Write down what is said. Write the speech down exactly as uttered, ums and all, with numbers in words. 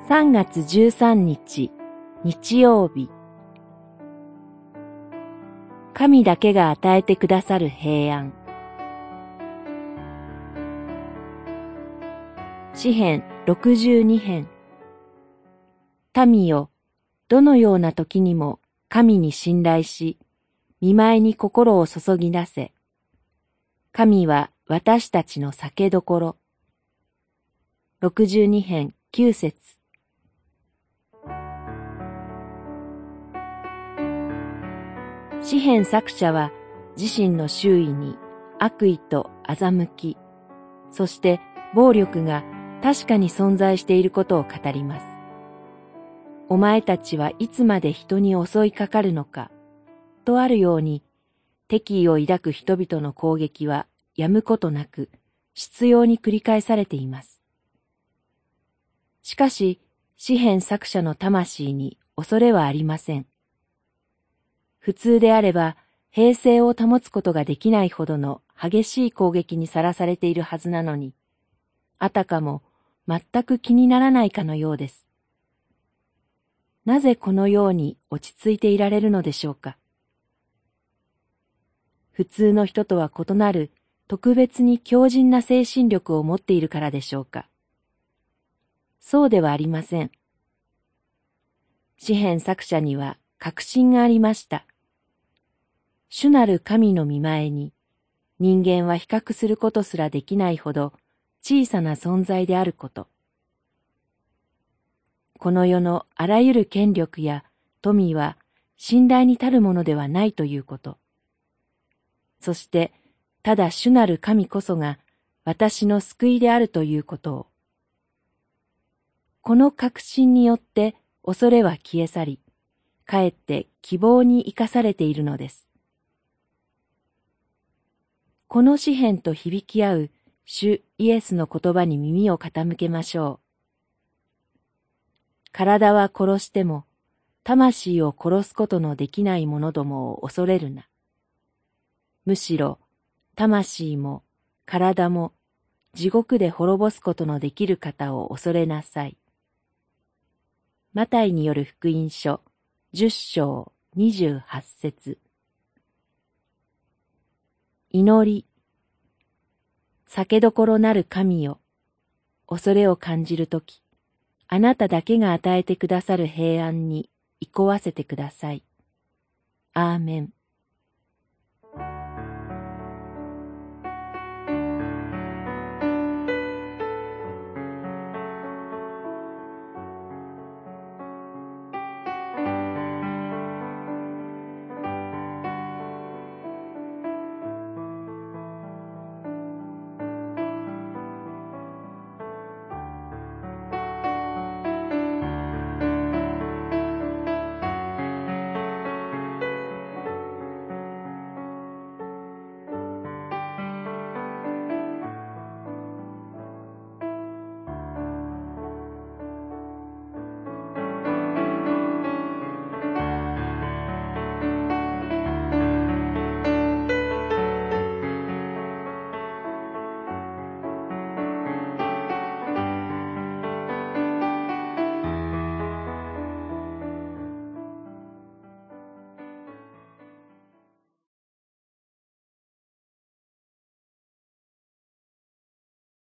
さんがつじゅうさんにち、日曜日。神だけが与えてくださる平安。詩編ろくじゅうにへん。民よ、どのような時にも神に信頼し、見舞いに心を注ぎ出せ。神は私たちの酒どころ。ろくじゅうにへんきゅうせつ。詩編作者は自身の周囲に悪意と欺き、そして暴力が確かに存在していることを語ります。お前たちはいつまで人に襲いかかるのか、とあるように、敵意を抱く人々の攻撃はやむことなく、執拗に繰り返されています。しかし、詩編作者の魂に恐れはありません。普通であれば、平静を保つことができないほどの激しい攻撃にさらされているはずなのに、あたかも全く気にならないかのようです。なぜこのように落ち着いていられるのでしょうか。普通の人とは異なる特別に強靭な精神力を持っているからでしょうか。そうではありません。詩編作者には確信がありました。主なる神の御前に、人間は比較することすらできないほど小さな存在であること。この世のあらゆる権力や富は信頼に足るものではないということ。そして、ただ主なる神こそが私の救いであるということを。この確信によって恐れは消え去り、かえって希望に生かされているのです。この詩編と響き合う主イエスの言葉に耳を傾けましょう。体は殺しても、魂を殺すことのできない者どもを恐れるな。むしろ、魂も体も地獄で滅ぼすことのできる方を恐れなさい。マタイによる福音書、じゅっしょうにじゅうはちせつ。祈り。酒どころなる神よ、恐れを感じるとき、あなただけが与えてくださる平安に憩わせてください。アーメン。